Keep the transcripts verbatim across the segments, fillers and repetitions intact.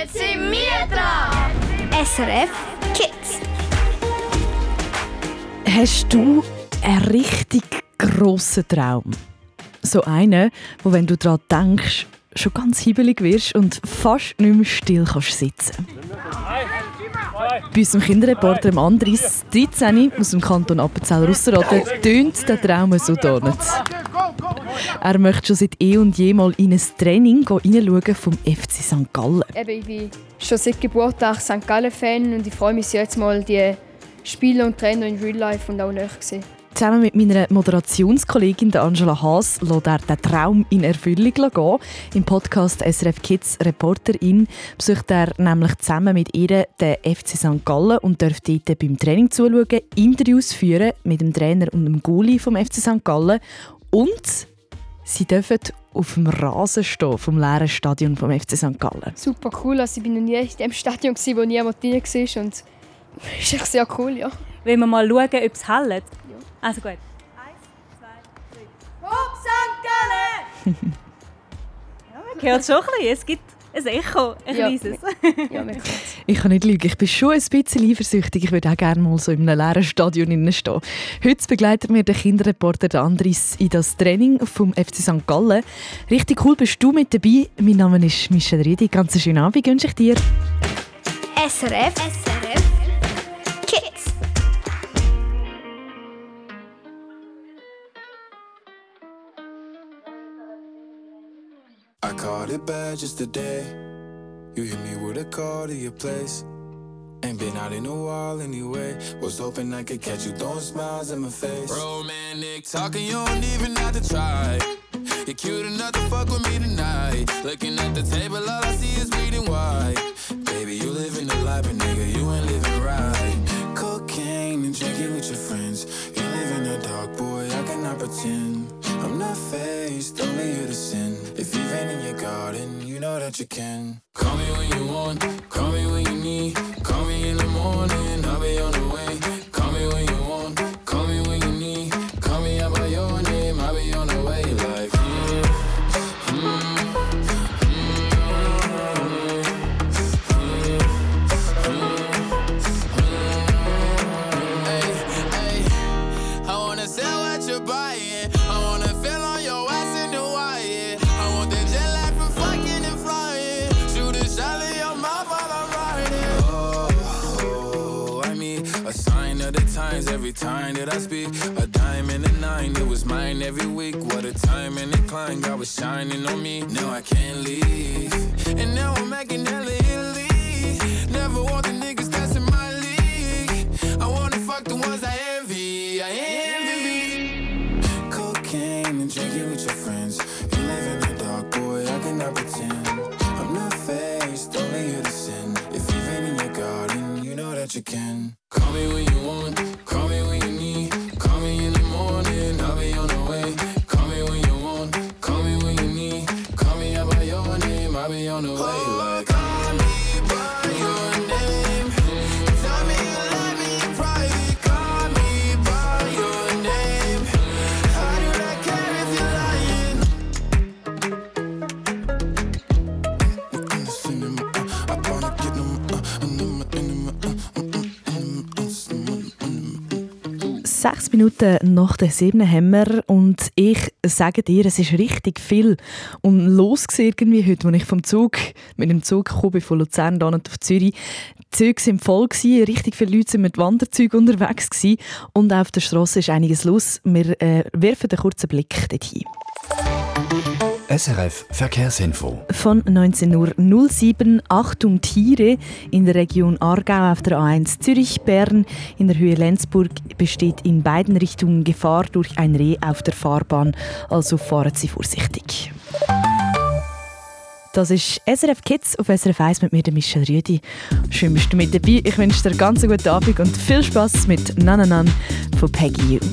Jetzt sind wir dran! S R F Kids. Hast du einen richtig grossen Traum? So einen, wo, wenn du daran denkst, schon ganz hibbelig wirst und fast nicht mehr still kannst sitzen. Bei unserem Kinderreporter Andris, dreizehn, aus dem Kanton Appenzell-Ausserrhoden, tönt der Traum so donut. Er möchte schon seit eh und je mal in ein Training hineinschauen vom F C Sankt Gallen. Eben, ich bin schon seit Geburt an Sankt Gallen-Fan und ich freue mich jetzt mal, die Spieler und Trainer in Real Life und auch näher zu sehen. Zusammen mit meiner Moderationskollegin Angela Haas lässt er den Traum in Erfüllung gehen. Im Podcast S R F Kids Reporterin besucht er nämlich zusammen mit ihr den F C Sankt Gallen und darf dort beim Training zuschauen, Interviews führen mit dem Trainer und dem Goalie vom F C Sankt Gallen und sie dürfen auf dem Rasen stehen vom leeren Stadion vom F C Sankt Gallen. Super cool, also ich war noch nie in dem Stadion, wo niemand drin war und das ist echt sehr cool, ja. Wollen wir mal schauen, ob es hält? Ja. Also gut. Eins, zwei, drei. Hopp, Sankt Gallen! Ja, man hört schon ein bisschen. Es gibt ein Echo, ein ja. kleines. Ja, ich kann nicht lügen, ich bin schon ein bisschen eifersüchtig. Ich würde auch gerne mal so in einem leeren Stadion stehen. Heute begleitet mir der Kinderreporter Andris in das Training vom F C Sankt Gallen. Richtig cool bist du mit dabei. Mein Name ist Michelle Riedi. Ganz einen schönen Abend wünsche ich dir. S R F, S R F Kids. I caught it bad just today. You hit me with a call to your place. Ain't been out in a while anyway. Was hoping I could catch you throwing smiles in my face. Romantic talking, you don't even have to try. You're cute enough to fuck with me tonight. Looking at the table, all I see is bleeding white. Baby, you living the life, but nigga, you ain't living right. Cocaine and drinking with your friends. You live in the dark, boy, I cannot pretend. I'm not faced, only you to sin. If you've been in your garden, you know that you can. Call me when you want, call me when you need. Call me in the morning, I'll be on the way. Call me when you want, call me when you need. Call me out by your name, I'll be on the way. Like, mm, mm, mm, hey, hey, I wanna sell what you're buying. Every time that I speak, a dime and a nine, it was mine every week. What a time and a climb, God was shining on me. Now I can't leave, and now I'm making hella Italy. Never want the niggas that's in my league. I wanna fuck the ones I envy, I envy. Cocaine and drinking with your friends. You live in the dark, boy, I cannot pretend. I'm not faced, only you to sin. If you've been in your garden, you know that you can. Call me when you want. Call me when you need. Call me in the morning, I'll be on the way. Call me when you want. Call me when you need. Call me out by your name, I'll be on the way. Like, call me by your name. Tell me you love me in private. Call me by your name. I do not care if you're lying. In the cinema, I wanna get them. Sechs Minuten nach der sieben haben wir und ich sage dir, es ist richtig viel und los irgendwie heute, als ich vom Zug, mit dem Zug gekommen bin, von Luzern dann auf Zürich. Die Züge waren voll, richtig viele Leute waren mit Wanderzeugen unterwegs und auf der Strasse ist einiges los. Wir äh, werfen einen kurzen Blick dorthin. S R F Verkehrsinfo. Von neunzehn Uhr null sieben, Achtung Tiere, in der Region Aargau auf der A eins Zürich-Bern. In der Höhe Lenzburg besteht in beiden Richtungen Gefahr durch ein Reh auf der Fahrbahn, also fahren Sie vorsichtig. Das ist S R F Kids auf S R F eins mit mir, Michelle Riedi. Schön, bist du mit dabei. Ich wünsche dir einen ganz guten Abend und viel Spass mit «Nananan» von Peggy U.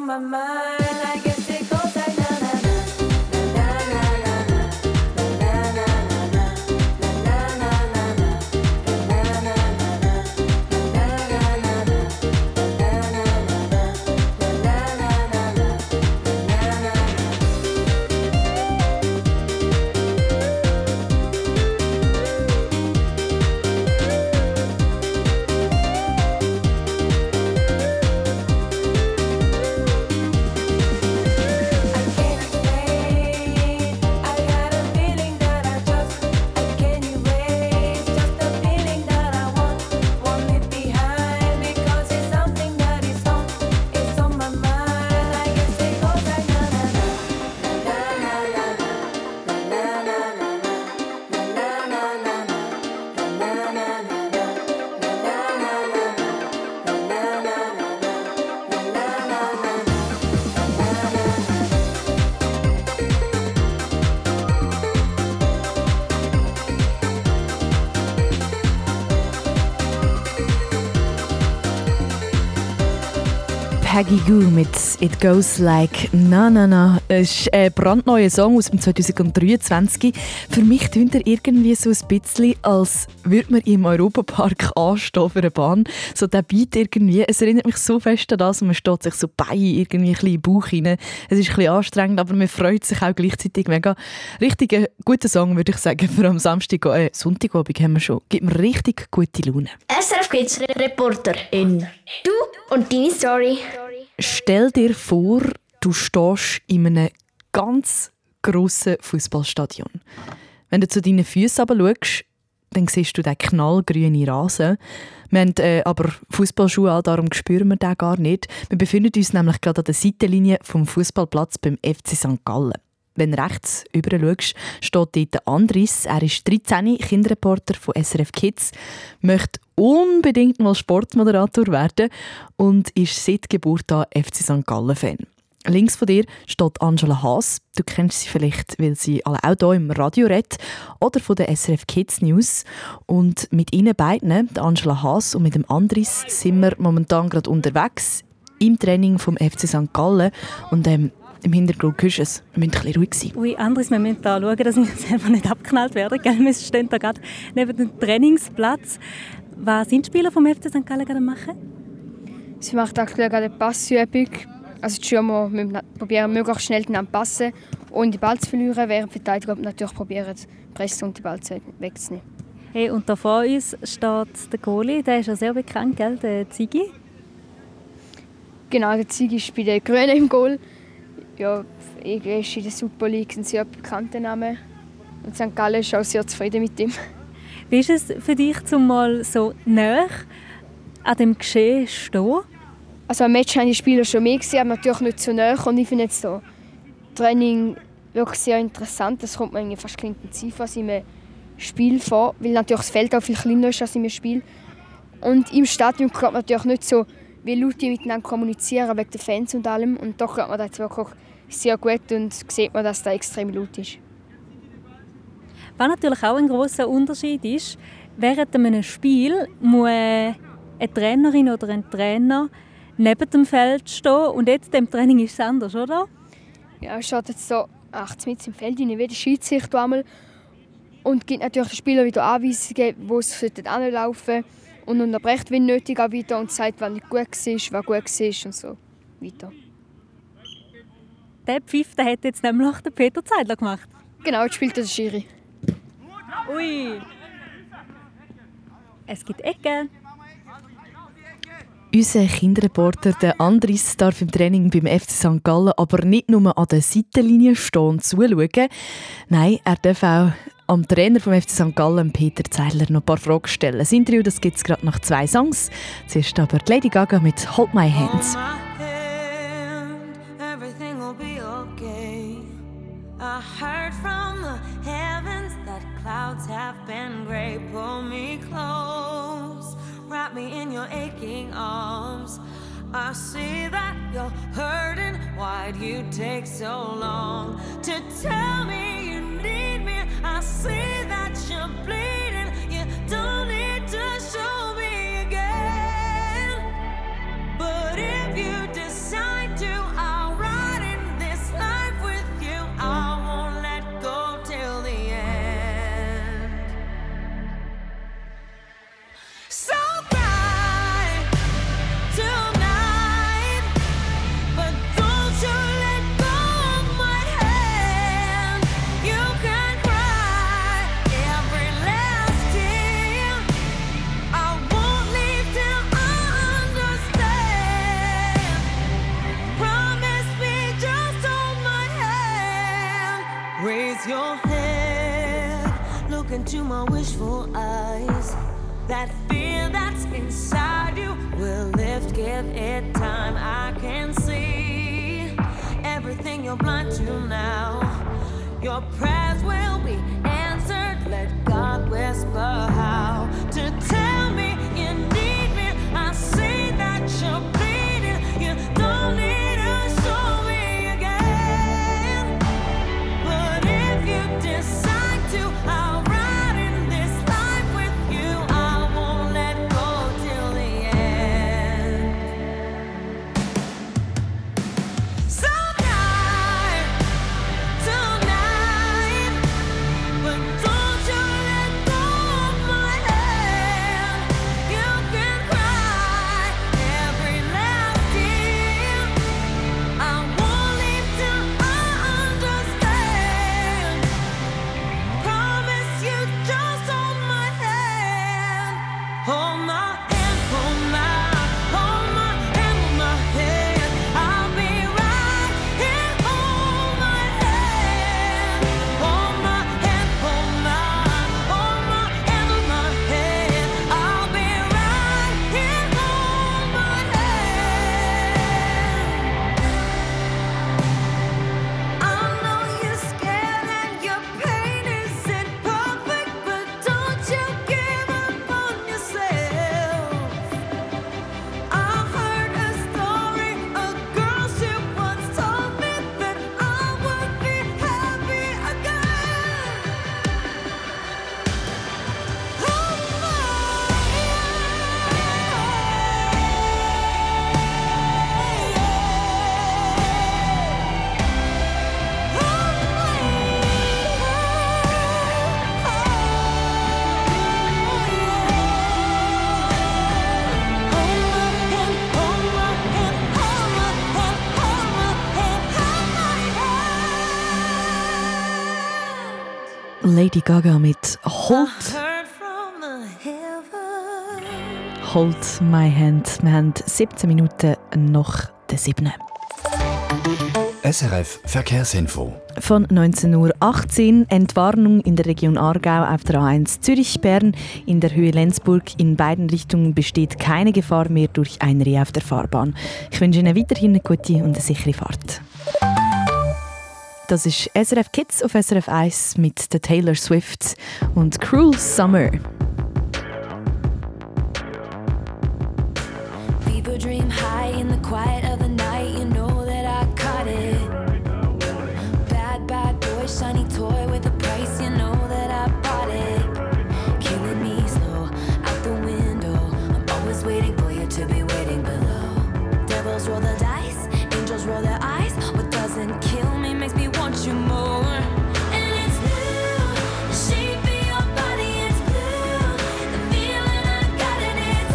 my mind. I guess it goes like na na na na na na na na na na Peggy Gou mit «It Goes Like Na Na Na». Es ist ein brandneuer Song aus dem zwanzig dreiundzwanzig. Für mich tönt er irgendwie so ein bisschen, als würde man im Europapark anstehen für eine Bahn. So der Beat irgendwie. Es erinnert mich so fest an das und man steht sich so bei irgendwie ein bisschen in den Bauch rein. Es ist ein bisschen anstrengend, aber man freut sich auch gleichzeitig mega. Richtig ein guter Song, würde ich sagen, für am Samstag, äh, Sonntagabend haben wir schon. Gibt mir richtig gute Laune. S R F Kids Reporter in Du und deine Story. Stell dir vor, du stehst in einem ganz grossen Fußballstadion. Wenn du zu deinen Füßen schaust, dann siehst du den knallgrünen Rasen. Wir haben äh, aber Fußballschuhe an, darum spüren wir den gar nicht. Wir befinden uns nämlich gerade an der Seitenlinie vom Fußballplatz beim F C Sankt Gallen. Wenn du rechts rüber schaust, steht dort Andris. Er ist dreizehn, Kinderreporter von S R F Kids, möchte unbedingt mal Sportmoderator werden und ist seit Geburt an F C Sankt Gallen-Fan. Links von dir steht Angela Haas. Du kennst sie vielleicht, weil sie alle auch hier im Radio redet oder von der S R F Kids News. Und mit ihnen beiden, der Angela Haas und mit dem Andris, sind wir momentan gerade unterwegs im Training vom F C Sankt Gallen. Und ähm, im Hintergrund hörst du es. Wir müssen ein bisschen ruhig sein. Ui, Andris, wir müssen da schauen, dass wir selber nicht abgeknallt werden. Gell? Wir stehen da gerade neben dem Trainingsplatz. Was sind die Spieler vom F C Sankt Gallen gerade machen? Sie macht aktuell gerade eine Passübung. Also die Stürmer müssen probieren, möglichst schnell den passen, ohne den Ball zu verlieren, während die Verteidiger natürlich probieren, pressen und den Ball wegzunehmen. Hey, und da vor uns steht der Goalie, der ist ja sehr bekannt, gell? Der Ziggy. Genau, der Ziggy ist bei den Grünen im Goal. Ja, er ist in der Super League ein sehr bekannter Name. Und Sankt Gallen ist auch sehr zufrieden mit ihm. Wie ist es für dich, um mal so nah an dem Geschehen zu stehen? Also am Match haben die Spieler schon mehr gesehen, aber natürlich nicht so nah. Und ich finde jetzt so Training wirklich sehr interessant. Das kommt mir fast intensiv als in einem Spiel vor, weil natürlich das Feld auch viel kleiner ist als in einem Spiel. Und im Stadion kann man natürlich nicht so, wie Leute miteinander kommunizieren, wegen den Fans und allem. Und doch hört man das wirklich sehr gut und sieht man, dass das extrem laut ist. Was natürlich auch ein grosser Unterschied ist, während einem Spiel muss eine Trainerin oder ein Trainer neben dem Feld stehen und jetzt im Training ist es anders, oder? Ja, es steht jetzt so acht Meter im Feld rein, wie der Schiedsrichter einmal. Und gibt natürlich den Spielern wieder Anweisungen, wo sie hinlaufen sollten. Und unterbrecht, wenn nötig, auch wieder und sagt, was nicht gut war, was gut war und so weiter. Der Pfiff der hat jetzt nämlich der Peter Zeidler gemacht. Genau, jetzt spielt der Schiri. Ui! Es gibt Ecken. Unser Kinderreporter der Andris darf im Training beim F C Sankt Gallen aber nicht nur an der Seitenlinie stehen und zuschauen. Nein, er darf auch am Trainer vom F C Sankt Gallen, Peter Zeidler, noch ein paar Fragen stellen. Das Interview gibt es gerade nach zwei Songs. Zuerst aber Lady Gaga mit «Hold My Hands». Clouds have been gray, pull me close, wrap me in your aching arms. I see that you're hurting, why'd you take so long to tell me you need me? I see that you're bleeding, you don't need to show me again. But if you decide to, I into my wishful eyes. That fear that's inside you will lift, give it time. I can see everything you're blind to now. Your prayers will be answered. Let God whisper how to tell me you need me. I see that you're bleeding. You don't need to show me again. But if you decide to, I'll ride in this life with you. I won't let go till the end. So tonight, tonight, but don't you let go of my hand. You can cry every last tear. I won't leave till I understand. Promise you, just hold my hand. Hold my hand, hold my, hold my hand, hold my hand. I'll be right here. Hold my hand, hold my hand, hold my, hold my hand, hold my hand. I'll be right here. Hold my hand. I know you're scared and your pain isn't perfect, but don't you give up on yourself. I heard a story, a girl she once told me that I would be happy again. Hold my Lady Gaga mit Hold, heard from the heaven. Hold My Hand. Wir haben siebzehn Minuten nach der siebten. S R F Verkehrsinfo. Von neunzehn Uhr achtzehn Entwarnung in der Region Aargau auf der A eins Zürich-Bern. In der Höhe Lenzburg in beiden Richtungen besteht keine Gefahr mehr durch ein Reh auf der Fahrbahn. Ich wünsche Ihnen weiterhin eine gute und eine sichere Fahrt. Das ist S R F Kids auf S R F eins mit der Taylor Swift und Cruel Summer. People dream high in the quiet of the night. You know that I caught it. Bad, bad boy, shiny toy with a price. You know that I bought it. Killing me slow out the window. I'm always waiting for you to be waiting below. Devils roll the dice, angels roll their eyes. What doesn't kill me makes me want you more. And it's blue, the shape of your body is blue. The feeling I got in it's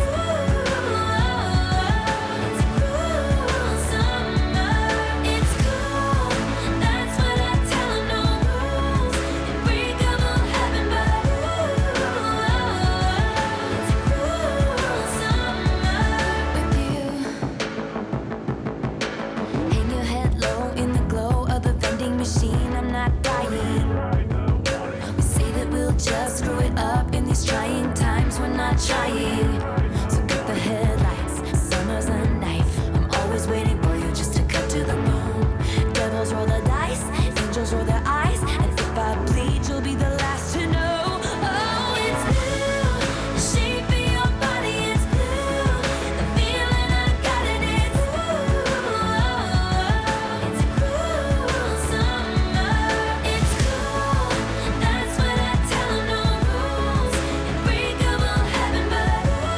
It's cruel summer. It's cool, that's what I tell 'em, no rules. Unbreakable heaven, but it's cruel summer with you. Hang your head low in the glow of the vending machine. I'm not dying. We say that we'll just screw it up in these trying times. We're not trying. So cut the headlights. Summer's a knife. I'm always waiting for you just to cut to the bone. Devils roll the dice. Angels roll their eyes. And if I bleed, you'll be the last to know. Oh, it's blue. The shape of your body is blue. The feeling I got in it's It's cruel summer. It's cool. That's what I tell 'em, no rules. Unbreakable heaven, but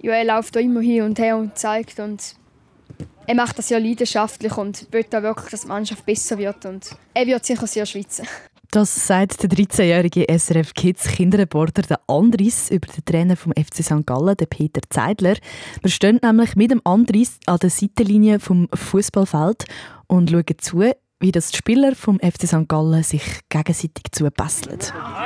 Ja, er läuft da immer hin und her und zeigt. Und er macht das sehr leidenschaftlich und will auch wirklich, dass die Mannschaft besser wird. Und er wird sicher sehr schwitzen. Das sagt der dreizehnjährige S R F Kids Kinderreporter der Andris über den Trainer vom F C Sankt Gallen, den Peter Zeidler. Wir stehen nämlich mit dem Andris an der Seitenlinie vom Fußballfeld und schauen zu, wie das die Spieler vom F C Sankt Gallen sich gegenseitig zubesseln.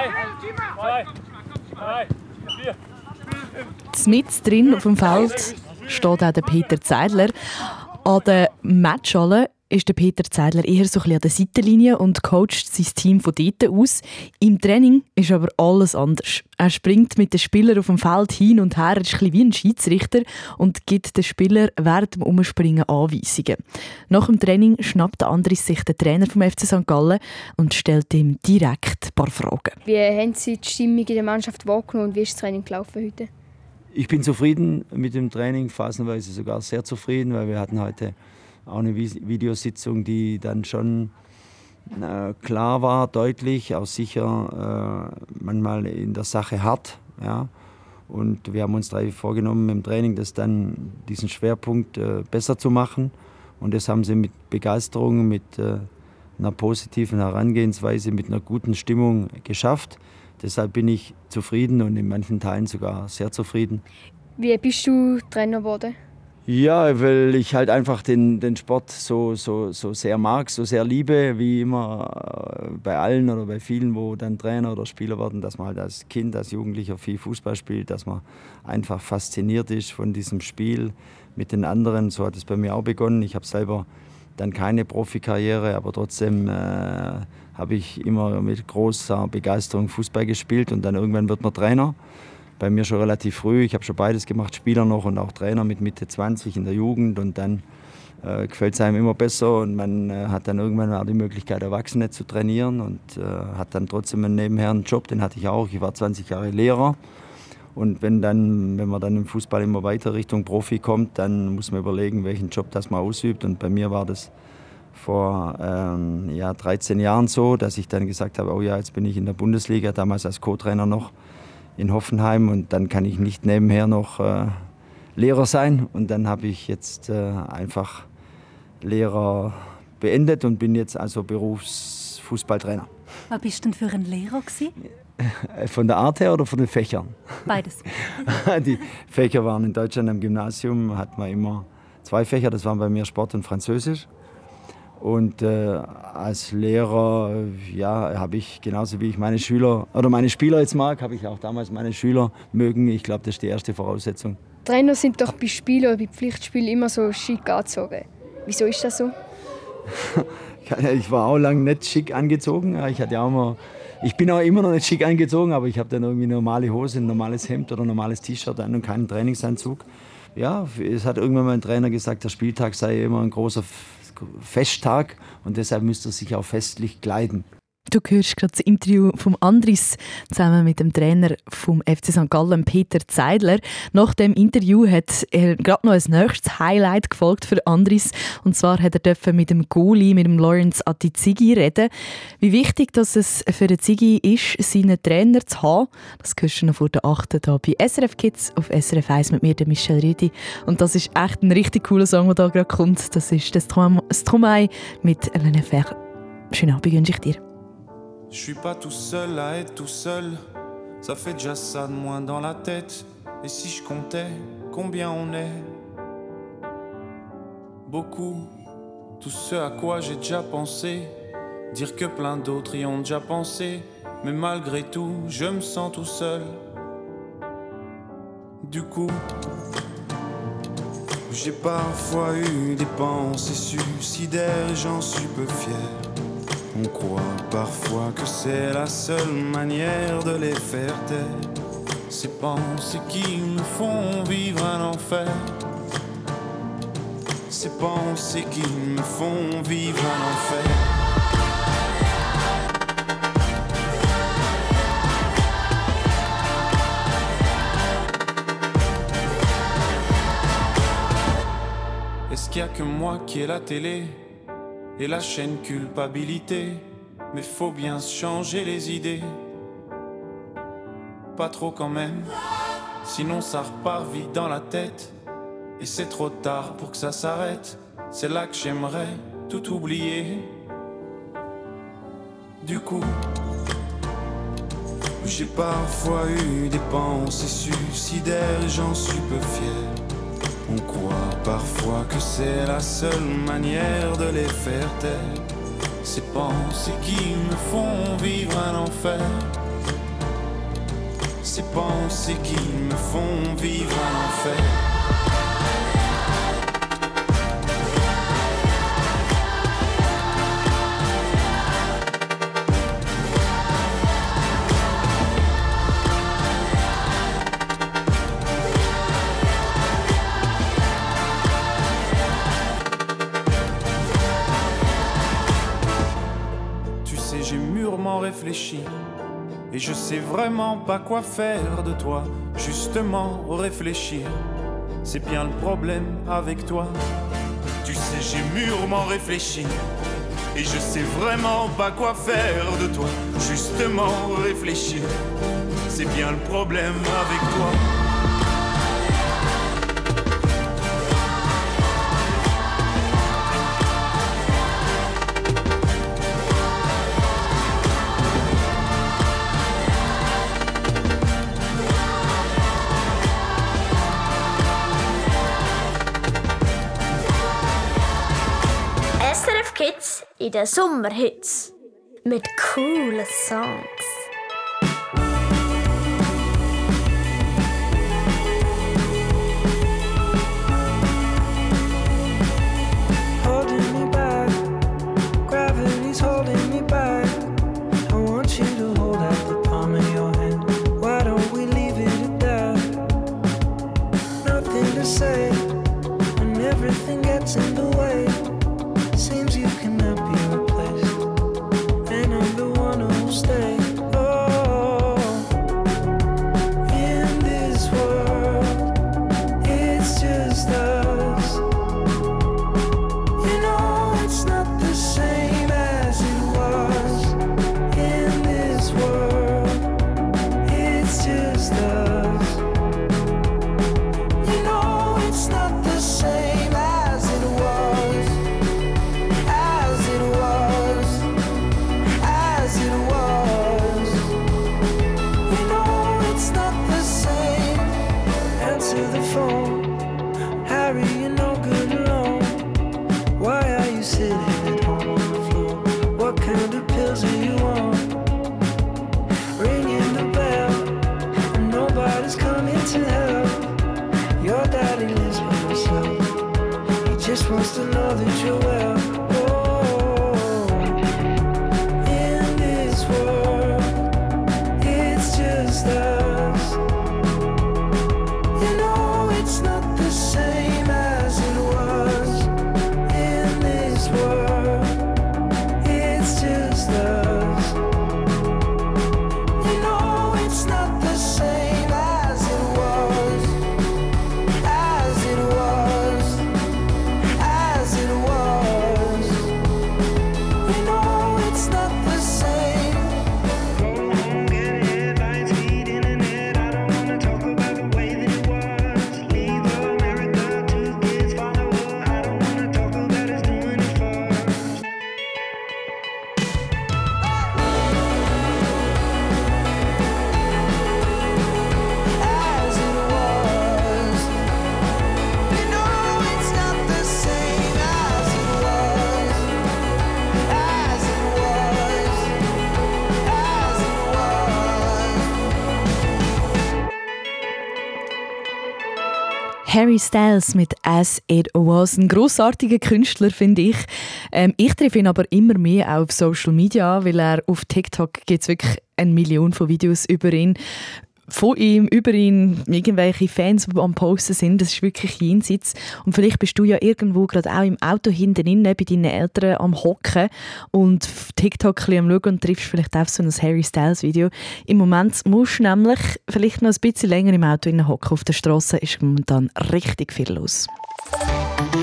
Mitten drin auf dem Feld steht auch der Peter Zeidler. An der Matchhalle ist der Peter Zeidler eher so ein bisschen an der Seitenlinie und coacht sein Team von dort aus. Im Training ist aber alles anders. Er springt mit den Spielern auf dem Feld hin und her, ist ein bisschen wie ein Schiedsrichter und gibt den Spielern während dem Umspringen Anweisungen. Nach dem Training schnappt der Andris sich den Trainer vom F C Sankt Gallen und stellt ihm direkt ein paar Fragen. Wie haben Sie die Stimmung in der Mannschaft wahrgenommen und wie ist das Training gelaufen heute? Ich bin zufrieden mit dem Training, phasenweise sogar sehr zufrieden, weil wir hatten heute auch eine Videositzung, die dann schon äh, klar war, deutlich, auch sicher äh, manchmal in der Sache hart. Ja. Und wir haben uns drei vorgenommen im Training, das dann diesen Schwerpunkt äh, besser zu machen. Und das haben sie mit Begeisterung, mit äh, einer positiven Herangehensweise, mit einer guten Stimmung geschafft. Deshalb bin ich zufrieden und in manchen Teilen sogar sehr zufrieden. Wie bist du Trainer geworden? Ja, weil ich halt einfach den, den Sport so, so, so sehr mag, so sehr liebe, wie immer bei allen oder bei vielen, wo dann Trainer oder Spieler werden, dass man halt als Kind, als Jugendlicher viel Fußball spielt, dass man einfach fasziniert ist von diesem Spiel mit den anderen. So hat es bei mir auch begonnen. Ich habe selber dann keine Profikarriere, aber trotzdem äh, habe ich immer mit großer Begeisterung Fußball gespielt und dann irgendwann wird man Trainer. Bei mir schon relativ früh. Ich habe schon beides gemacht, Spieler noch und auch Trainer mit Mitte zwanzig in der Jugend. Und dann äh, gefällt es einem immer besser und man äh, hat dann irgendwann auch die Möglichkeit, Erwachsene zu trainieren und äh, hat dann trotzdem einen nebenher einen Job, den hatte ich auch. Ich war zwanzig Jahre Lehrer. Und wenn, dann, wenn man dann im Fußball immer weiter Richtung Profi kommt, dann muss man überlegen, welchen Job das man ausübt. Und bei mir war das vor ähm, ja, dreizehn Jahren so, dass ich dann gesagt habe, oh ja, jetzt bin ich in der Bundesliga, damals als Co-Trainer noch in Hoffenheim und dann kann ich nicht nebenher noch äh, Lehrer sein. Und dann habe ich jetzt äh, einfach Lehrer beendet und bin jetzt also Berufsfußballtrainer. Was bist du denn für ein Lehrer gewesen? Von der Art her oder von den Fächern? Beides. Die Fächer waren in Deutschland am Gymnasium, hat man immer zwei Fächer, das waren bei mir Sport und Französisch. Und äh, als Lehrer, ja, habe ich genauso wie ich meine Schüler oder meine Spieler jetzt mag, habe ich auch damals meine Schüler mögen. Ich glaube, das ist die erste Voraussetzung. Trainer sind doch bei Spielen oder bei Pflichtspielen immer so schick angezogen. Wieso ist das so? Ich war auch lange nicht schick angezogen. Ich, hatte auch immer, ich bin auch immer noch nicht schick angezogen, aber ich habe dann irgendwie eine normale Hose, ein normales Hemd oder ein normales T-Shirt an und keinen Trainingsanzug. Ja, es hat irgendwann mal ein Trainer gesagt, der Spieltag sei immer ein großer Festtag und deshalb müsste er sich auch festlich kleiden. Du hörst gerade das Interview vom Andris zusammen mit dem Trainer vom F C Sankt Gallen, Peter Zeidler. Nach dem Interview hat er gerade noch ein nächstes Highlight gefolgt für Andris. Und zwar hat er dürfen mit dem Goalie, mit dem Lawrence Atizigi reden. Wie wichtig dass es für den Zigi ist, seinen Trainer zu haben, das hörst du noch vor der achten hier bei S R F Kids auf S R F eins mit mir, der Michelle Rüdi. Und das ist echt ein richtig cooler Song, der da gerade kommt. Das ist das Stromae mit Hélène Fer. Schönen Abend wünsche ich dir. Je suis pas tout seul à être tout seul, ça fait déjà ça de moins dans la tête. Et si je comptais combien on est? Beaucoup, tout ce à quoi j'ai déjà pensé, dire que plein d'autres y ont déjà pensé. Mais malgré tout, je me sens tout seul. Du coup, j'ai parfois eu des pensées suicidaires et j'en suis peu fier. On croit parfois que c'est la seule manière de les faire taire. Ces pensées qui me font vivre un enfer. Ces pensées qui me font vivre un enfer. Est-ce qu'il y a que moi qui ai la télé et la chaîne culpabilité? Mais faut bien se changer les idées. Pas trop quand même. Sinon ça repart vite dans la tête. Et c'est trop tard pour que ça s'arrête. C'est là que j'aimerais tout oublier. Du coup, j'ai parfois eu des pensées suicidaires et j'en suis peu fier. On croit parfois que c'est la seule manière de les faire taire. Ces pensées qui me font vivre un enfer. Ces pensées qui me font vivre un enfer. Réfléchir et je sais vraiment pas quoi faire de toi. Justement réfléchir, c'est bien le problème avec toi. Tu sais j'ai mûrement réfléchi et je sais vraiment pas quoi faire de toi. Justement réfléchir, c'est bien le problème avec toi. Kids in den Sommerhits mit coolen Songs. Holding me back, gravity's holding me back. I want you to hold out the palm of your hand. Why don't we leave it at that? Nothing to say when everything gets in the way. Seems you cannot be replaced, and I'm the one who'll stay. Oh, in this world, it's just us. You know it's not the same as it was. In this world, it's just us. You know it's not the same as it was. Answer the phone, Harry, you're no good alone. Why are you sitting at home on the floor? What kind of pills are you on? Ringing the bell, and nobody's coming to help. Your daddy lives by himself. He just wants to know that you're well. Oh, in this world, it's just us. It's not the same as it was. In this world, it's just us. You know it's not the same as it was. As it was. As it was. You know it's not the same. Go home, get headlines, feed internet. I don't wanna talk about the way that it was. Harry Styles mit «As It Was». Ein grossartiger Künstler, finde ich. Ähm, ich treffe ihn aber immer mehr auch auf Social Media, weil er auf TikTok gibt es wirklich eine Million von Videos über ihn. Von ihm, über ihn, irgendwelche Fans, die am Posten sind. Das ist wirklich jenseits. Und vielleicht bist du ja irgendwo gerade auch im Auto hinten innen bei deinen Eltern am Hocken und auf TikTok ein bisschen am Schauen und triffst vielleicht auf so ein Harry Styles Video. Im Moment musst du nämlich vielleicht noch ein bisschen länger im Auto hocken. Auf der Straße ist momentan richtig viel los.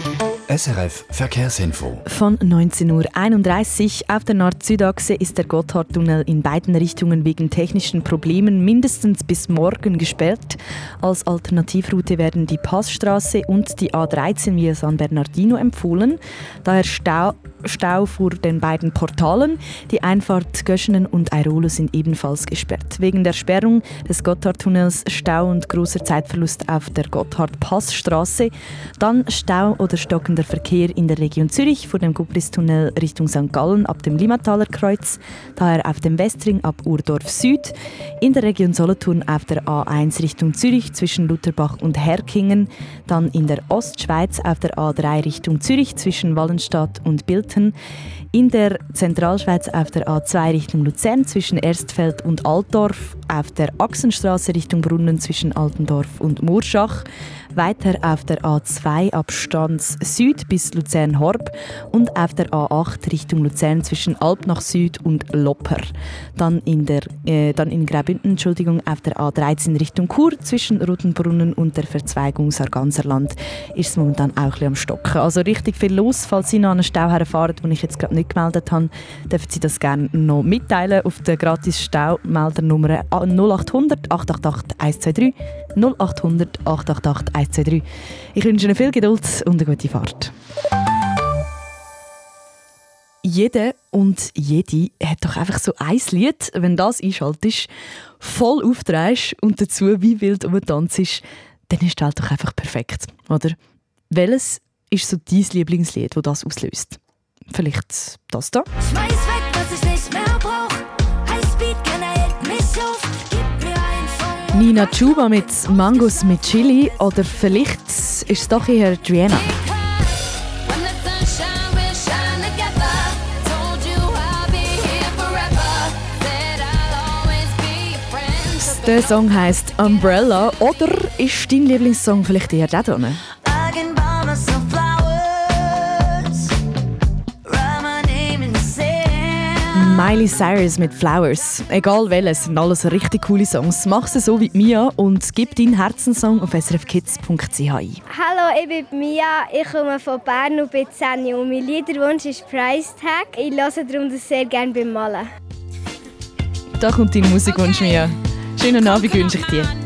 S R F Verkehrsinfo. Von neunzehn Uhr einunddreißig auf der Nord-Süd-Achse ist der Gotthardtunnel in beiden Richtungen wegen technischen Problemen mindestens bis morgen gesperrt. Als Alternativroute werden die Passstraße und die A dreizehn via San Bernardino empfohlen. Daher Stau, Stau vor den beiden Portalen. Die Einfahrt Göschenen und Airolo sind ebenfalls gesperrt. Wegen der Sperrung des Gotthardtunnels Stau und großer Zeitverlust auf der Gotthard-Passstraße. Dann Stau oder stockender Verkehr in der Region Zürich vor dem Gubristunnel Richtung Sankt Gallen ab dem Limmataler Kreuz, daher auf dem Westring ab Urdorf Süd, in der Region Solothurn auf der A eins Richtung Zürich zwischen Lutherbach und Herkingen, dann in der Ostschweiz auf der A drei Richtung Zürich zwischen Wallenstadt und Bilten, in der Zentralschweiz auf der A zwei Richtung Luzern zwischen Erstfeld und Altdorf, auf der Achsenstraße Richtung Brunnen zwischen Altendorf und Murschach, weiter auf der A zwei ab Stanz Süd bis Luzern-Horb und auf der A acht Richtung Luzern zwischen Alpnach Süd und Lopper. Dann in, der, äh, dann in Graubünden Entschuldigung, auf der A dreizehn Richtung Chur zwischen Rotenbrunnen und der Verzweigung Sarganserland ist es momentan auch ein bisschen am Stocken. Also richtig viel los. Falls Sie noch an einen Stau herfahren, den ich jetzt gerade nicht gemeldet habe, dürfen Sie das gerne noch mitteilen auf der gratis Staumeldernummer null acht hundert acht acht acht eins zwei drei null acht hundert acht acht acht eins zwei drei. Ich wünsche Ihnen viel Geduld und eine gute Fahrt. Jeder und jede hat doch einfach so ein Lied, wenn das einschaltest, voll aufdrehst und dazu wie wild umtanzt, dann ist das halt doch einfach perfekt, oder? Welches ist so dein Lieblingslied, das das auslöst? Vielleicht das da? Schmeiß weg, was ich nicht mehr brauch. Highspeed generiert mich auf. Gib mir einen Song. Nina Chuba mit Mangos mit Chili oder vielleicht ist es doch eher Rihanna. Der Song heisst Umbrella oder ist dein Lieblingssong vielleicht eher der hier? Miley Cyrus mit Flowers. Egal welches, sind alles richtig coole Songs. Mach sie so wie Mia und gib deinen Herzenssong auf s r f kids punkt c h ein. Hallo, ich bin Mia. Ich komme von Bern und bin zehn und mein Liederwunsch ist Price Tag. Ich höre darum das sehr gerne beim Malen. Da kommt dein Musikwunsch, Mia. Schönen Abend wünsche ich dir.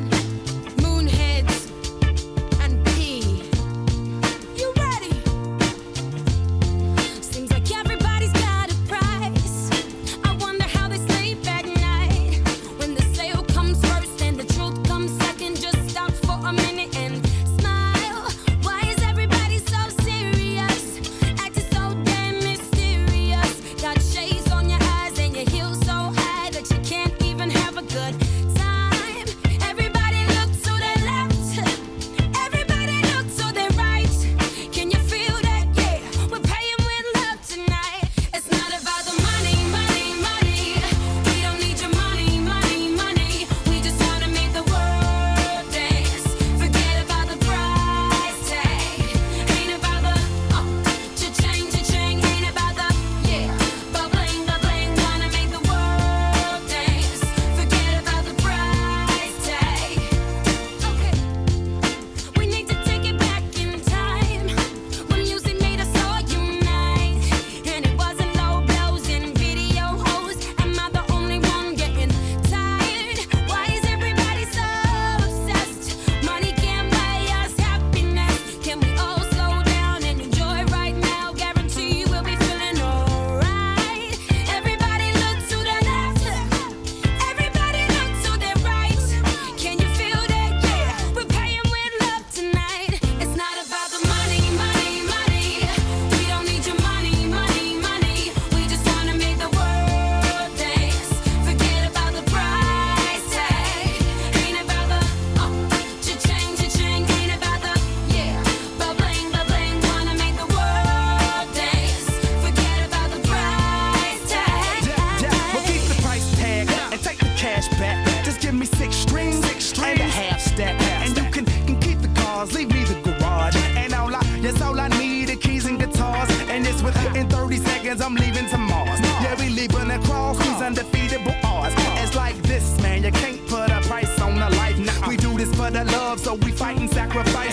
I'm leaving to Mars. Yeah, we leaving across these undefeatable odds. It's like this, man, you can't put a price on a life. Nah, we do this for the love, so we fight and sacrifice every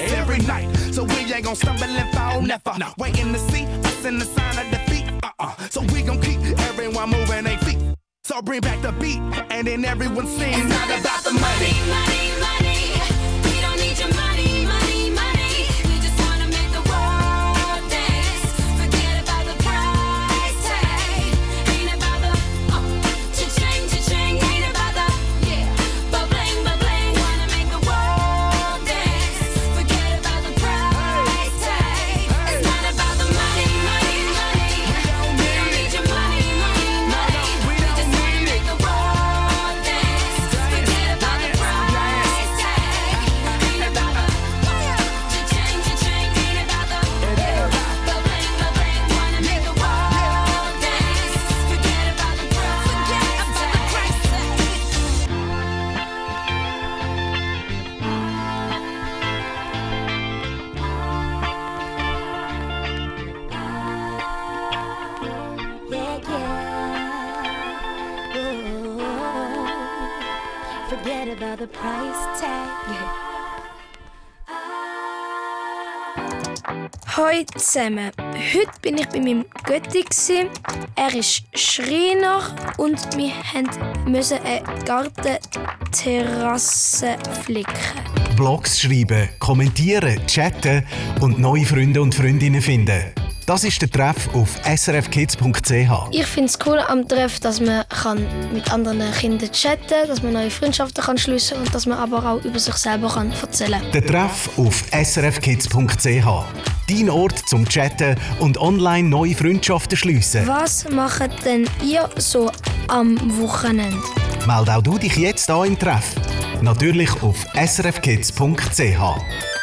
tonight. So we ain't gon' stumble and fall, never. No. Waiting to see us in the sign of defeat. Uh-uh. So we gon' keep everyone moving their feet. So bring back the beat, and then everyone sings. It's not about the money, money, money. We don't need your money, money, money. We just wanna make the world dance. Forget about the price tag. Ain't about the uh, cha-ching, cha-ching. Ain't about the yeah, ba-bling, ba-bling. Wanna make the world dance. Forget about the price tag. It's not about the money, money, money. We don't need your money, money, money. We just wanna make the world dance. Forget about the price tag. Ain't about the cha-ching, cha-ching. Ain't about the yeah, ba-bling, ba-bling. Wanna make the world dance. Forget about the price tag. Yeah, yeah. Ooh. Forget about the price tag. Hallo zusammen. Heute bin ich bei meinem Götti gsi. Er ist Schreiner und wir mussten eine Gartenterrasse flicken. Blogs schreiben, kommentieren, chatten und neue Freunde und Freundinnen finden. Das ist der Treff auf s r f kids punkt c h. Ich finde es cool am Treff, dass man kann mit anderen Kindern chatten kann, dass man neue Freundschaften kann schliessen kann und dass man aber auch über sich selber kann erzählen kann. Der Treff auf s r f kids punkt c h. Dein Ort zum Chatten und online neue Freundschaften schliessen. Was macht denn ihr so am Wochenende? Meld auch du dich jetzt an im Treff. Natürlich auf s r f kids punkt c h.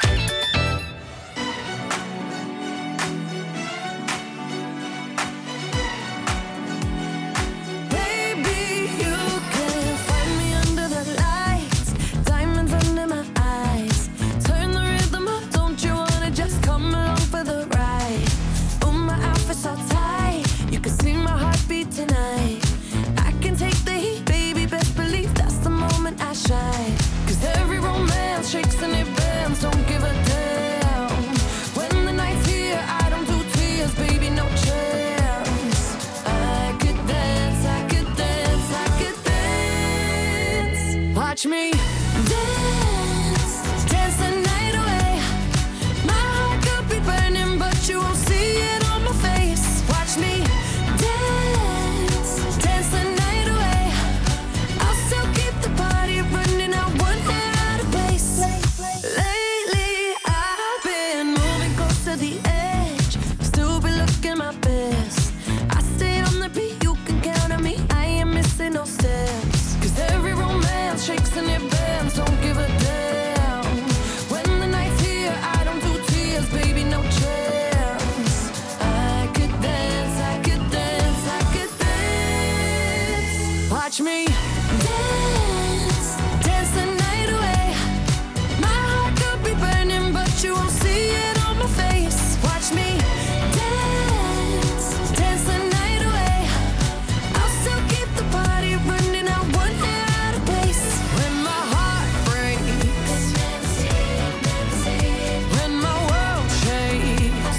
Baby, you can find me under the lights, diamonds under my eyes. Turn the rhythm up, don't you wanna just come along for the ride? Oh, my outfit's all tight, you can see my heartbeat tonight. I can take the heat, baby, best believe that's the moment I shine. 'Cause every romance shakes and it bends, don't give a damn. When the night's here, I don't do tears, baby, no chance. I could dance, I could dance, I could dance. Watch me dance, dance the night away. My heart could be burning, but you won't see it on my face. Watch me dance, dance the night away. I'll still keep the party running, I won't get out of place. Lately, I've been moving close to the edge, still be looking my best. I stay on the beat, you can count on me, I ain't missing no steps. 'Cause every romance shakes and it bends, don't give a damn. When the night's here, I don't do tears, baby, no chance. I could dance, I could dance, I could dance. Watch me dance, dance the night away. My heart could be burning, but you won't see it on my face. Watch me dance, dance the night away. I'll still keep the party running, I won't get out of place. When my heart breaks, when my world shakes,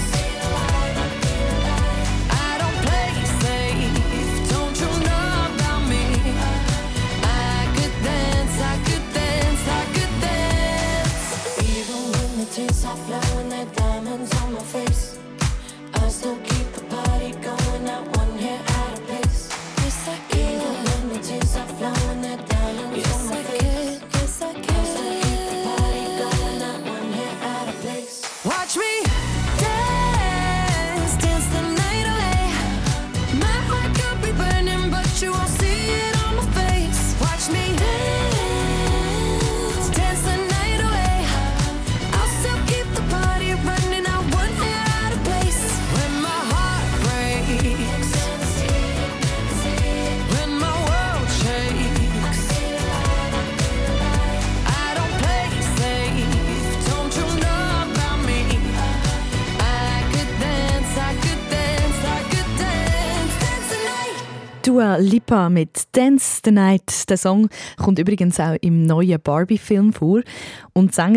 I don't play safe, don't you know about me? I could dance, I could dance, I could dance. Even when the tears are flowing, they're diamonds on my face, I still keep the party going, not one hair out of place. Yes, I can. Even when the tears are flowing, they're diamonds on my face. Yes, I can. I still keep the party going, not one hair out of place. Watch me dance, dance the night away. My heart could be burning, but you won't see it on my face. Watch me dance, dance the night away. I'll still keep the party running, I won't get out of place. When my heart breaks, when my world shakes, I don't play safe, don't you know about me? I could dance, I could dance, I could dance, dance the night. Dua Lipa mit «Dance the Night». Der Song kommt übrigens auch im neuen Barbie-Film vor. Und die Sängerin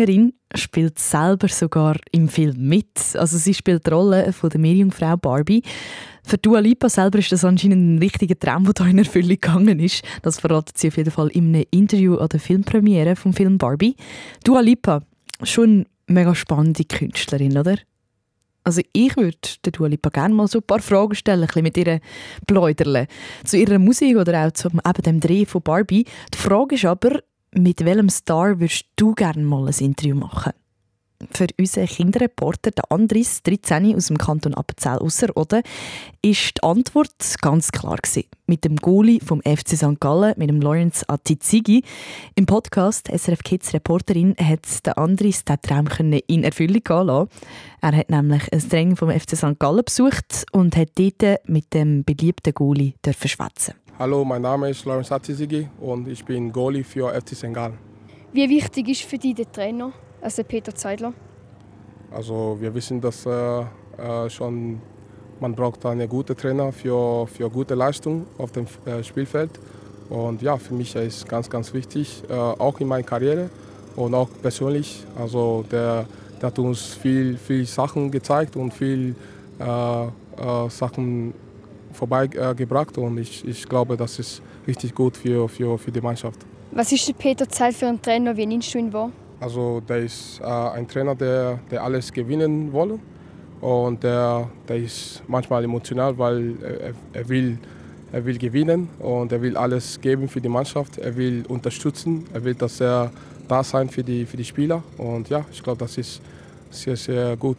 spielt selber sogar im Film mit. Also sie spielt die Rolle von der Meerjungfrau Barbie. Für Dua Lipa selber ist das anscheinend ein richtiger Traum, der hier in Erfüllung gegangen ist. Das verratet sie auf jeden Fall in einem Interview an der Filmpremiere vom Film Barbie. Dua Lipa, schon eine mega spannende Künstlerin, oder? Also ich würde der Dua Lipa gerne mal so ein paar Fragen stellen, ein bisschen mit ihr pläudern. Zu ihrer Musik oder auch zu eben dem Dreh von Barbie. Die Frage ist aber, mit welchem Star würdest du gerne mal ein Interview machen? Für unseren Kinderreporter, der Andris, dreizehn, aus dem Kanton Appenzell Ausserrhoden, ist die Antwort ganz klar gewesen. Mit dem Goalie vom F C Sankt Gallen, mit dem Lawrence Atizigi. Im Podcast S R F Kids Reporterin hat der Andris diesen Traum in Erfüllung gehen lassen. Er hat nämlich ein Training vom F C Sankt Gallen besucht und hat dort mit dem beliebten Goalie schwätzen. Hallo, mein Name ist Lawrence Atizigi und ich bin Goalie für F C Sankt Gallen. Wie wichtig ist für dich der Trainer, also Peter Zeidler? Also wir wissen, dass äh, äh, schon man braucht einen guten Trainer für, für gute Leistung auf dem äh, Spielfeld. Und ja, für mich ist es ganz, ganz wichtig, äh, auch in meiner Karriere und auch persönlich. Also der, der hat uns viel, viel Sachen gezeigt und viel äh, äh, Sachen vorbeigebracht. Äh, und ich, ich glaube, das ist richtig gut für, für, für die Mannschaft. Was ist der Peter Zeit für einen Trainer? Wie nimmst du ihn wahr? Also der ist äh, ein Trainer, der, der alles gewinnen will. Und der, der ist manchmal emotional, weil er, er, will, er will gewinnen und er will alles geben für die Mannschaft. Er will unterstützen, er will, dass er da sein für die, für die Spieler. Und ja, ich glaube, das ist sehr, sehr gut.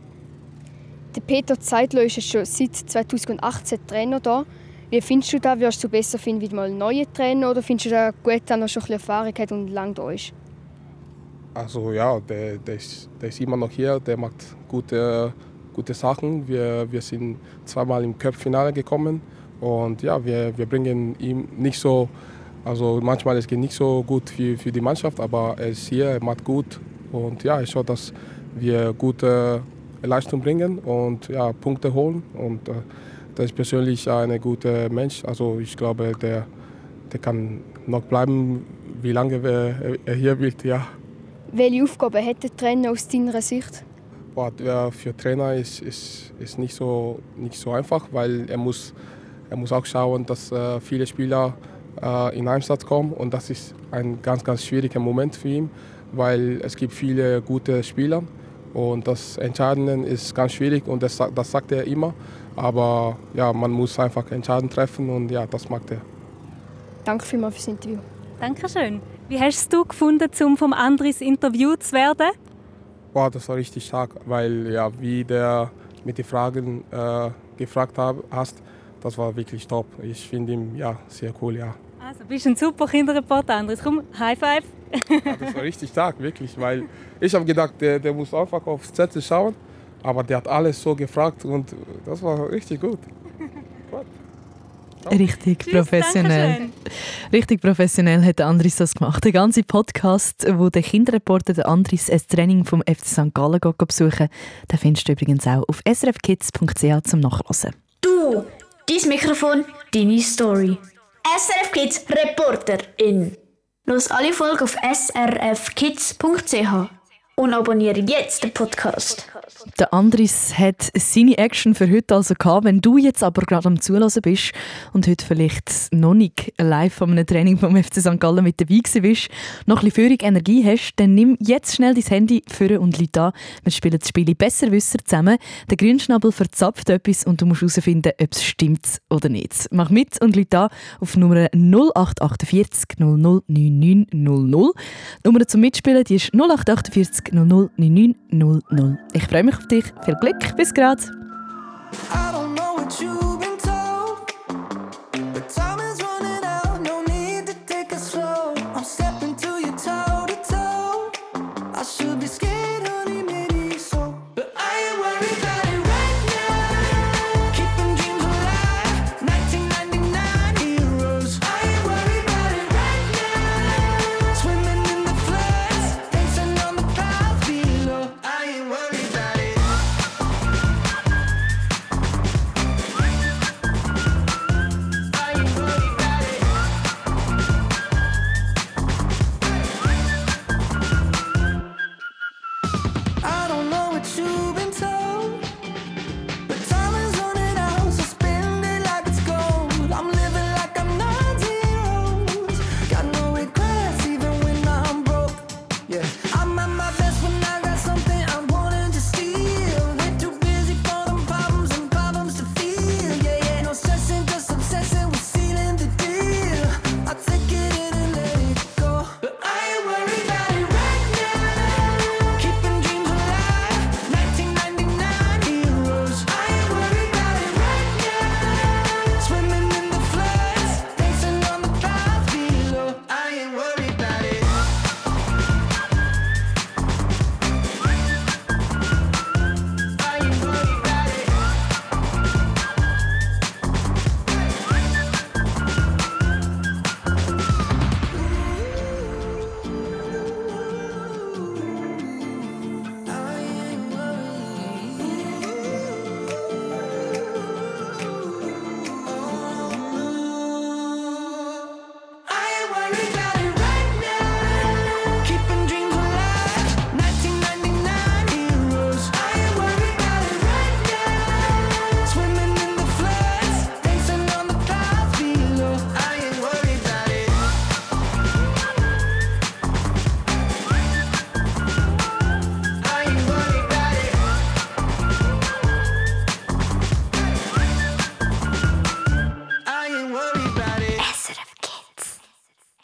Der Peter Zeidler ist schon seit zweitausendachtzehn Trainer da. Wie findest du das? Würdest du besser finden wie mal einen neuen Trainer oder findest du das gut, dass er schon ein bisschen Erfahrung hat und lange da ist? Also ja, der, der, ist, der ist immer noch hier, der macht gute, gute Sachen. Wir, wir sind zweimal im Cup-Finale gekommen und ja, wir, wir bringen ihm nicht so, also manchmal es geht nicht so gut für, für die Mannschaft, aber er ist hier, er macht gut und ja, ich schaue, dass wir gute Leistung bringen und ja, Punkte holen und äh, der ist persönlich ein guter Mensch, also ich glaube, der, der kann noch bleiben, wie lange er, er hier will, ja. Welche Aufgaben hat der Trainer aus deiner Sicht? Boah, für Trainer ist ist ist nicht so nicht so einfach, weil er muss er muss auch schauen, dass äh, viele Spieler äh, in Einsatz kommen und das ist ein ganz ganz schwieriger Moment für ihn, weil es gibt viele gute Spieler und das Entscheidende ist ganz schwierig und das, das sagt er immer, aber ja, man muss einfach Entscheidungen treffen und ja, das macht er. Danke vielmals fürs Interview. Dankeschön. Wie hast du gefunden, um vom Andris interviewt zu werden? Wow, das war richtig stark, weil ja, wie der mit den Fragen äh, gefragt hab, hast, das war wirklich top. Ich finde ihn ja sehr cool, ja. Also bist ein super Kinderreporter, Andris. Komm, High Five. Ja, das war richtig stark, wirklich, weil ich habe gedacht, der, der muss einfach aufs Zettel schauen, aber der hat alles so gefragt und das war richtig gut. Richtig Tschüss, professionell. Richtig professionell hat Andris das gemacht. Der ganze Podcast, wo der Kinderreporter der Andris ein Training vom F C Sankt Gallen besuchen, den findest du übrigens auch auf s r f kids punkt c h zum Nachlesen. Du, dein Mikrofon, deine Story. S R F Kids Reporterin. Los alle Folgen auf s r f kids punkt c h und abonniere jetzt den Podcast. Der Andris hat seine Action für heute also gehabt. Wenn du jetzt aber gerade am Zuhören bist und heute vielleicht noch nicht live von einem Training vom F C Sankt Gallen mit dabei bist, noch ein bisschen feurige Energie hast, dann nimm jetzt schnell dein Handy vor und Leute an. Wir spielen das Spiel «Besserwisser» zusammen. Der Grünschnabel verzapft etwas und du musst herausfinden, ob es stimmt oder nicht. Mach mit und Leute an auf Nummer null acht vier acht null null neun neun null null. Die Nummer zum Mitspielen die ist null acht vier acht null null neun neun null null. Ich freue mich auf dich. Viel Glück. Bis grad.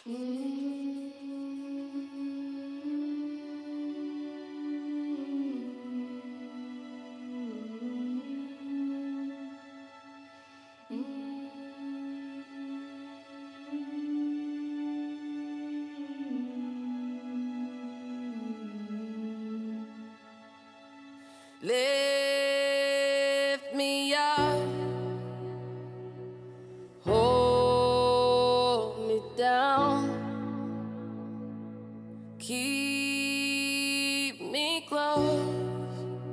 Lift me up, hold me down, keep me close,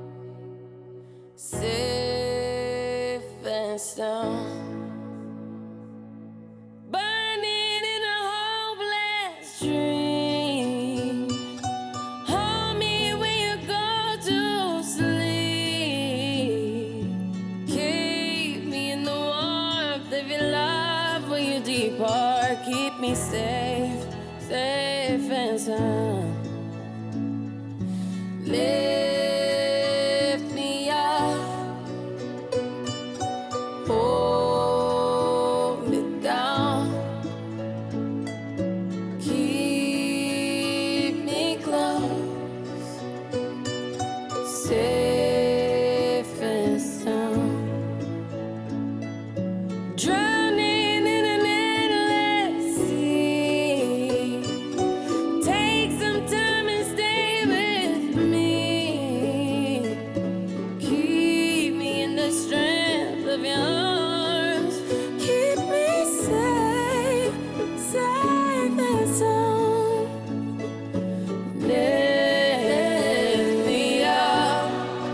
safe and sound. Burning in a hopeless dream. Hold me when you go to sleep. Keep me in the warmth of your love when you depart. Keep me safe, safe and sound. Lift me up, hold me down, keep me close, safe and sound. Drowning in an endless sea. Take some time and stay with me. Keep me in the strength of your arms. Keep me safe, safe and sound. Lift me up,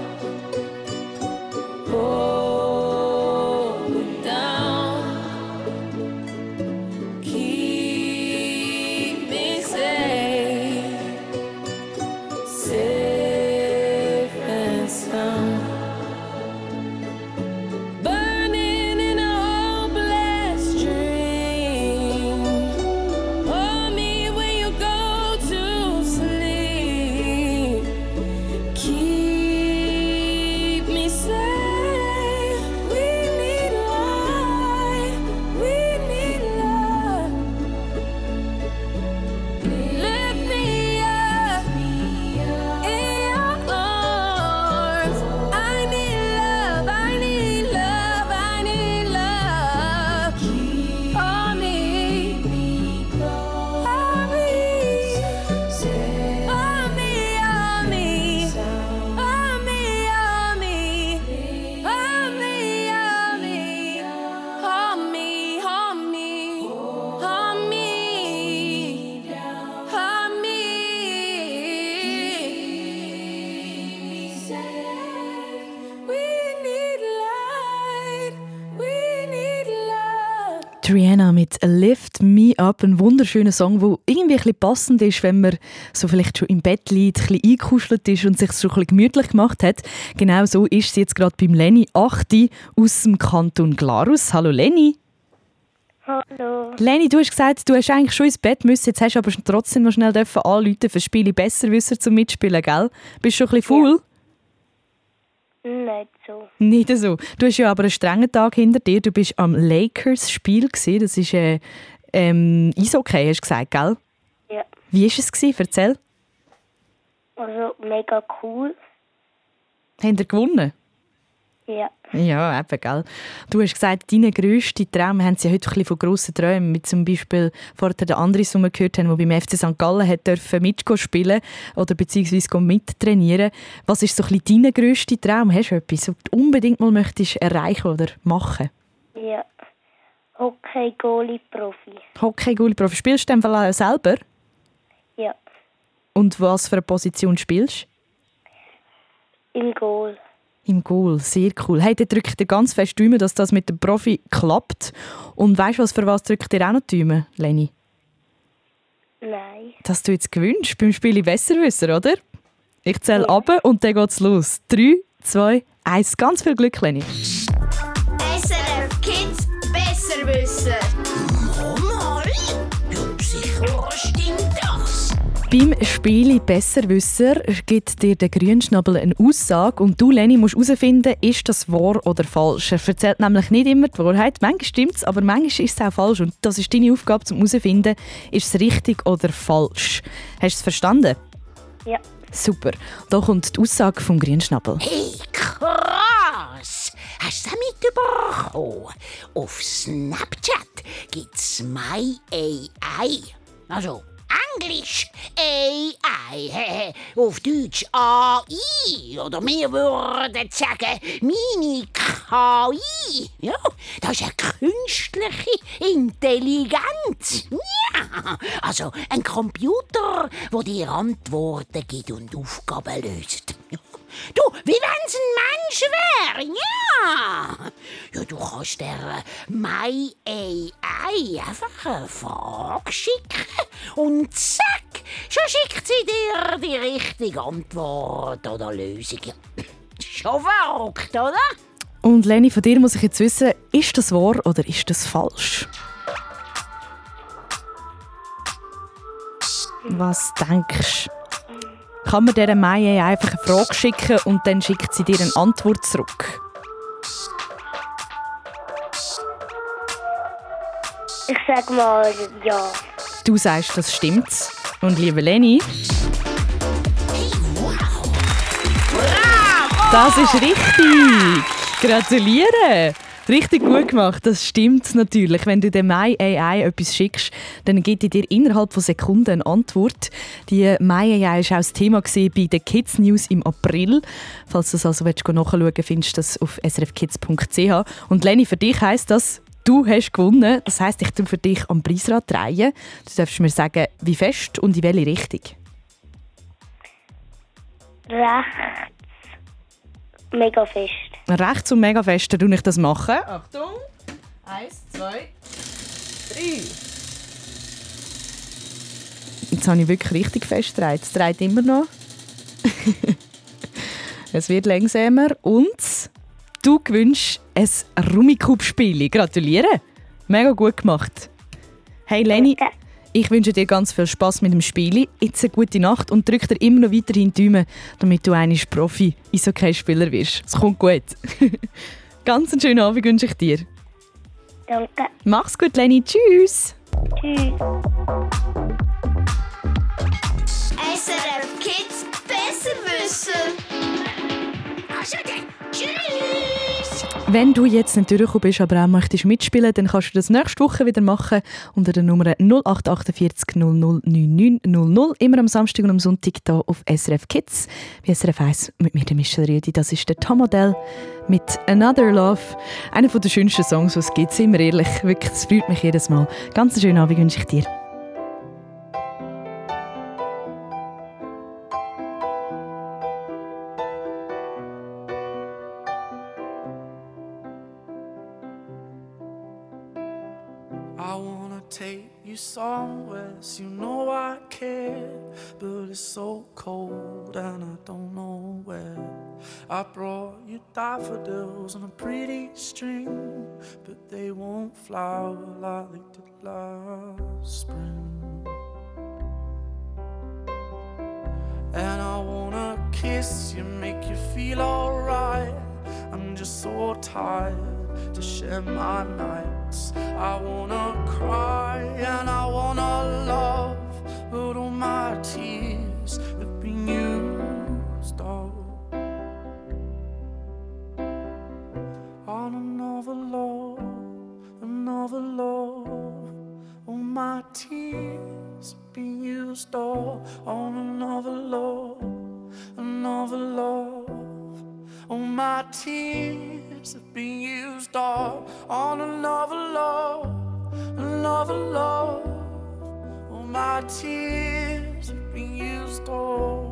hold me down, keep me safe, safe and sound. Burning in a hopeless dream. Hold me when you go to sleep. Keep me safe. We need light. We need love. Lift me up in your arms. I need love. I need love. I need love. Hold me. Hold me. Hold me. Hold me. Hold me. Hold me. Hold me. Hold me. Hold me. Hold me. Hold me. We need light. We need love. Rihanna mit «Lift Me Up», ein wunderschöner Song, der irgendwie ein bisschen passend ist, wenn man so vielleicht schon im Bett liegt, ein bisschen eingekuschelt ist und sich so ein bisschen gemütlich gemacht hat. Genau so ist sie jetzt gerade beim Lenny Achti aus dem Kanton Glarus. Hallo Lenny. Hallo. Lenny, du hast gesagt, du hast eigentlich schon ins Bett müssen, jetzt hast du aber trotzdem noch schnell dürfen anrufen für Spiele Besserwisser zum Mitspielen, gell? Bist du schon ein bisschen faul? Nicht so. Nicht so. Du hast ja aber einen strengen Tag hinter dir. Du bist am Lakers-Spiel gewesen. Das ist äh, ähm, Eishockey, hast du gesagt, gell? Ja. Wie war es gewesen? Erzähl. Also mega cool. Haben ihr gewonnen? Ja. Ja, eben, gell. Du hast gesagt, deine grössten Traum, wir haben sie ja heute ein bisschen von grossen Träumen, mit zum Beispiel vorher der Andris, den wir gehört haben, der beim F C Sankt Gallen hat dürfen mitspielen oder beziehungsweise mittrainieren. Was ist so ein bisschen dein grösster Traum? Hast du etwas, was du unbedingt mal möchtest erreichen oder machen? Ja. Hockey-Goalie-Profi. Hockey-Goalie-Profi. Spielst du in dem Fall auch selber? Ja. Und was für eine Position spielst du? Im Goal. Im Goal, sehr cool. Hey, der drückt dir ganz fest die Daumen, dass das mit dem Profi klappt. Und weißt du, was für was drückt dir auch noch die Daumen, Lenny? Nein. Dass du jetzt gewinnst beim Spiel Besserwisser, oder? Ich zähle ja. runter und dann geht's los. Drei, zwei, eins. Ganz viel Glück, Lenny. S R F Kids Besserwisser. Mal, ja sicher, was stimmt das? Beim Spiel Besserwisser gibt dir der Grünschnabel eine Aussage und du, Leni, musst herausfinden, ist das wahr oder falsch. Er erzählt nämlich nicht immer die Wahrheit. Manchmal stimmt es, aber manchmal ist es auch falsch. Und das ist deine Aufgabe, um herauszufinden, ist es richtig oder falsch. Hast du es verstanden? Ja. Super. Da kommt die Aussage vom Grünschnabel. Hey, krass! Hast du das mitbekommen? Auf Snapchat gibt's My A I. Also Englisch A I, auf Deutsch A I. Oder wir würden sagen Mini K I. Ja, das ist eine künstliche Intelligenz. Ja, also ein Computer, der dir Antworten gibt und Aufgaben löst. Du, wie wenn es ein Mensch wäre, ja. Ja, du kannst der My A I einfach eine Frage schicken und zack, schon schickt sie dir die richtige Antwort oder Lösung. Schon verrückt, oder? Und Leni, von dir muss ich jetzt wissen, ist das wahr oder ist das falsch? Was denkst du? Kann man dieser My A I einfach eine Frage schicken und dann schickt sie dir eine Antwort zurück? Ich sag mal ja. Du sagst, das stimmt. Und liebe Leni, das ist richtig! Gratuliere! Richtig gut gemacht, das stimmt natürlich. Wenn du dem My A I etwas schickst, dann gibt er dir innerhalb von Sekunden eine Antwort. Die My A I war auch das Thema bei den Kids News im April. Falls du das also nachschauen willst, findest du das auf s r f kids punkt c h. Und Leni, für dich heisst das, du hast gewonnen. Das heisst, ich tue für dich am Preisrad drehen. Du darfst mir sagen, wie fest und in welche Richtung. Rechts. Mega fest. Rechts und mega fest, dann tue ich das machen. Achtung! Eins, zwei, drei. Jetzt habe ich wirklich richtig fest gedreht. Es dreht immer noch. Es wird langsamer. Und du gewinnst ein Rummikub-Spiel. Gratuliere! Mega gut gemacht. Hey Leni, ich wünsche dir ganz viel Spass mit dem Spiel. Jetzt eine gute Nacht und drück dir immer noch weiterhin die Daumen, damit du einmal Profi-Eishockey-Spieler wirst. Es kommt gut. Ganz einen schönen Abend wünsche ich dir. Danke. Mach's gut, Leni. Tschüss. Tschüss. S R F Kids Besserwisser. Tschüss. Wenn du jetzt nicht durchgekommen bist, aber auch möchtest mitspielen, dann kannst du das nächste Woche wieder machen unter der Nummer null acht vier acht null null neun neun null null. Immer am Samstag und am Sonntag hier auf S R F Kids. Bei S R F eins mit mir, der Michel Rüdi. Das ist der Tom Modell mit «Another Love». Einer der schönsten Songs, die es gibt. Sind wir ehrlich, wirklich, das freut mich jedes Mal. Ganz einen schönen Abend wünsche ich dir. I wanna take you somewhere, so you know I care, but it's so cold and I don't know where. I brought you daffodils on a pretty string, but they won't flower like they did last spring. And I wanna kiss you, make you feel alright. I'm just so tired to share my nights. I wanna cry and I wanna love, but all my tears have been used up on another love, another love. All my tears have been used up on another love, another love. All my tears have been used up on another love, another love. All my tears have been used up.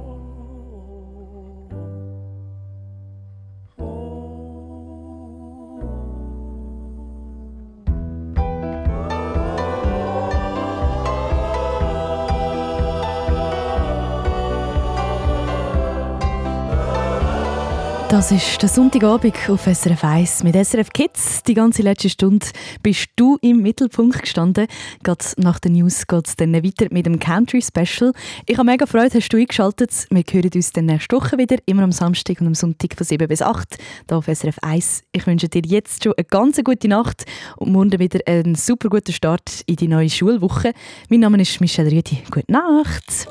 Das ist der Sonntagabend auf S R F eins mit S R F Kids. Die ganze letzte Stunde bist du im Mittelpunkt gestanden. Gerade nach den News geht es dann weiter mit dem Country Special. Ich habe mega Freude, hast du eingeschaltet. Wir hören uns dann nächste Woche wieder, immer am Samstag und am Sonntag von sieben bis acht hier auf S R F eins. Ich wünsche dir jetzt schon eine ganz gute Nacht und morgen wieder einen super guten Start in die neue Schulwoche. Mein Name ist Michelle Rüdi. Gute Nacht.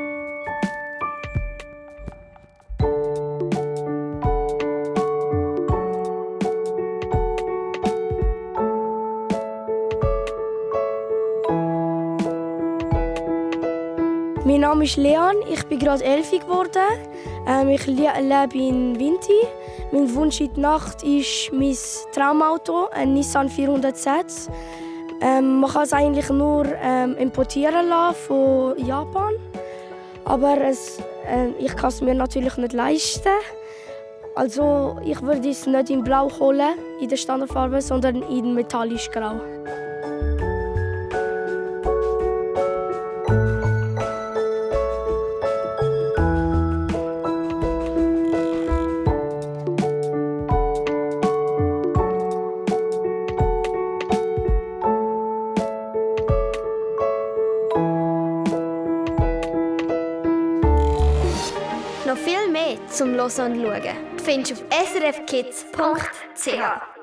Mein Name ist Leon, ich bin gerade elf geworden. Ähm, ich le lebe in Vinti. Mein Wunsch in der Nacht ist mein Traumauto, ein Nissan vierhundert Z. Ähm, man kann es eigentlich nur ähm, importieren lassen von Japan. Aber es, äh, ich kann es mir natürlich nicht leisten. Also ich würde es nicht in Blau holen, in der Standardfarbe, sondern in metallisch Grau. Noch viel mehr zum Hören und Schauen findest du auf s r f kids punkt c h.